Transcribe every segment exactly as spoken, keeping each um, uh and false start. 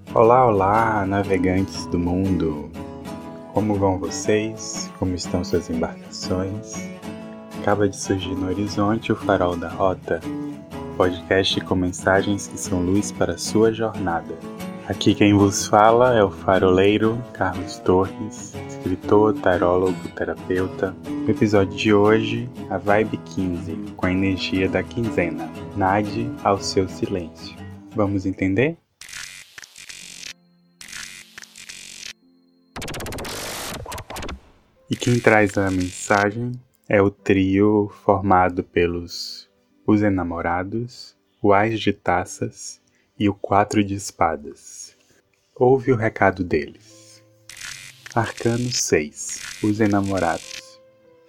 Olá, olá, navegantes do mundo! Como vão vocês? Como estão suas embarcações? Acaba de surgir no horizonte o Farol da Rota, podcast com mensagens que são luz para a sua jornada. Aqui quem vos fala é o faroleiro Carlos Torres, escritor, tarólogo, terapeuta. No episódio de hoje, a Vibe quinze, com a energia da quinzena. Nade ao seu silêncio. Vamos entender? E quem traz a mensagem é o trio formado pelos Os Enamorados, o Ás de Taças e o Quatro de Espadas. Ouve o recado deles. Arcano seis. Os Enamorados.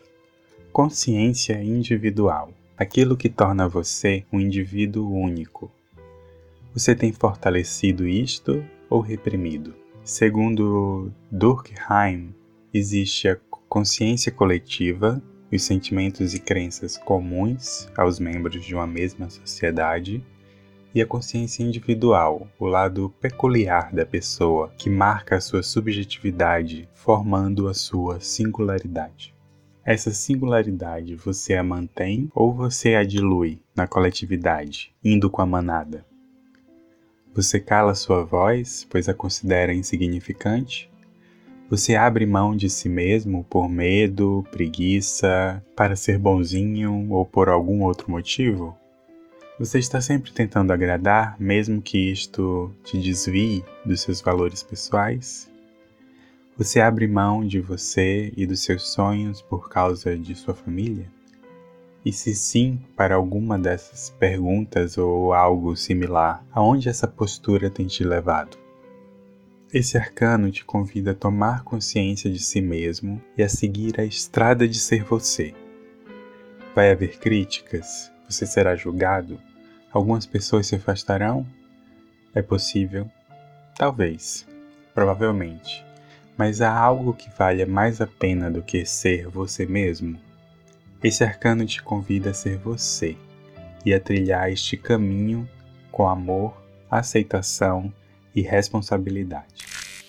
Consciência individual. Aquilo que torna você um indivíduo único. Você tem fortalecido isto ou reprimido? Segundo Durkheim, existe a consciência coletiva, os sentimentos e crenças comuns aos membros de uma mesma sociedade, e a consciência individual, o lado peculiar da pessoa, que marca a sua subjetividade, formando a sua singularidade. Essa singularidade você a mantém ou você a dilui na coletividade, indo com a manada? Você cala sua voz, pois a considera insignificante? Você abre mão de si mesmo por medo, preguiça, para ser bonzinho ou por algum outro motivo? Você está sempre tentando agradar, mesmo que isto te desvie dos seus valores pessoais? Você abre mão de você e dos seus sonhos por causa de sua família? E se sim, para alguma dessas perguntas ou algo similar, aonde essa postura tem te levado? Esse arcano te convida a tomar consciência de si mesmo e a seguir a estrada de ser você. Vai haver críticas? Você será julgado? Algumas pessoas se afastarão? É possível? Talvez. Provavelmente. Mas há algo que valha mais a pena do que ser você mesmo? Esse arcano te convida a ser você e a trilhar este caminho com amor, aceitação e responsabilidade.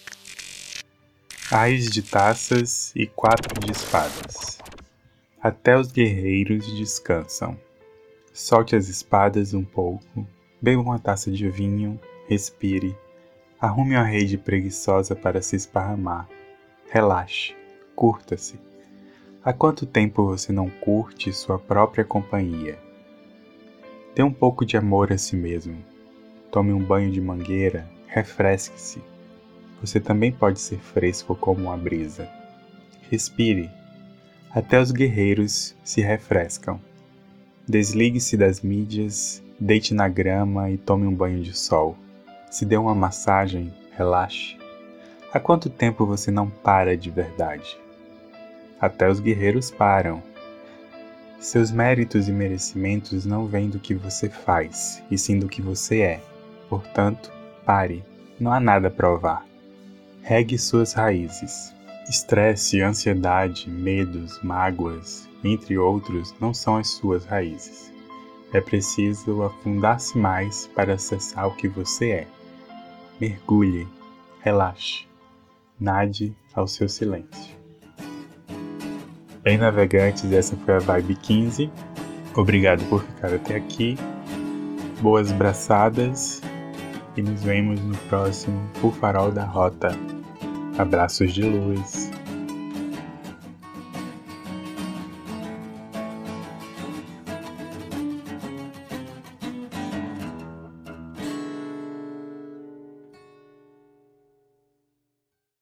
Ás de Taças e Quatro de Espadas. Até os guerreiros descansam. Solte as espadas um pouco, beba uma taça de vinho, respire, arrume uma rede preguiçosa para se esparramar, relaxe, curta-se. Há quanto tempo você não curte sua própria companhia? Dê um pouco de amor a si mesmo. Tome um banho de mangueira, refresque-se. Você também pode ser fresco como uma brisa. Respire. Até os guerreiros se refrescam. Desligue-se das mídias, deite na grama e tome um banho de sol. Se dê uma massagem, relaxe. Há quanto tempo você não para de verdade? Até os guerreiros param. Seus méritos e merecimentos não vêm do que você faz, e sim do que você é. Portanto, pare. Não há nada a provar. Regue suas raízes. Estresse, ansiedade, medos, mágoas, entre outros, não são as suas raízes. É preciso afundar-se mais para acessar o que você é. Mergulhe, relaxe, nade ao seu silêncio. Bem, navegantes, essa foi a Vibe quinze. Obrigado por ficar até aqui. Boas braçadas e nos vemos no próximo O Farol da Rota. Abraços de luz.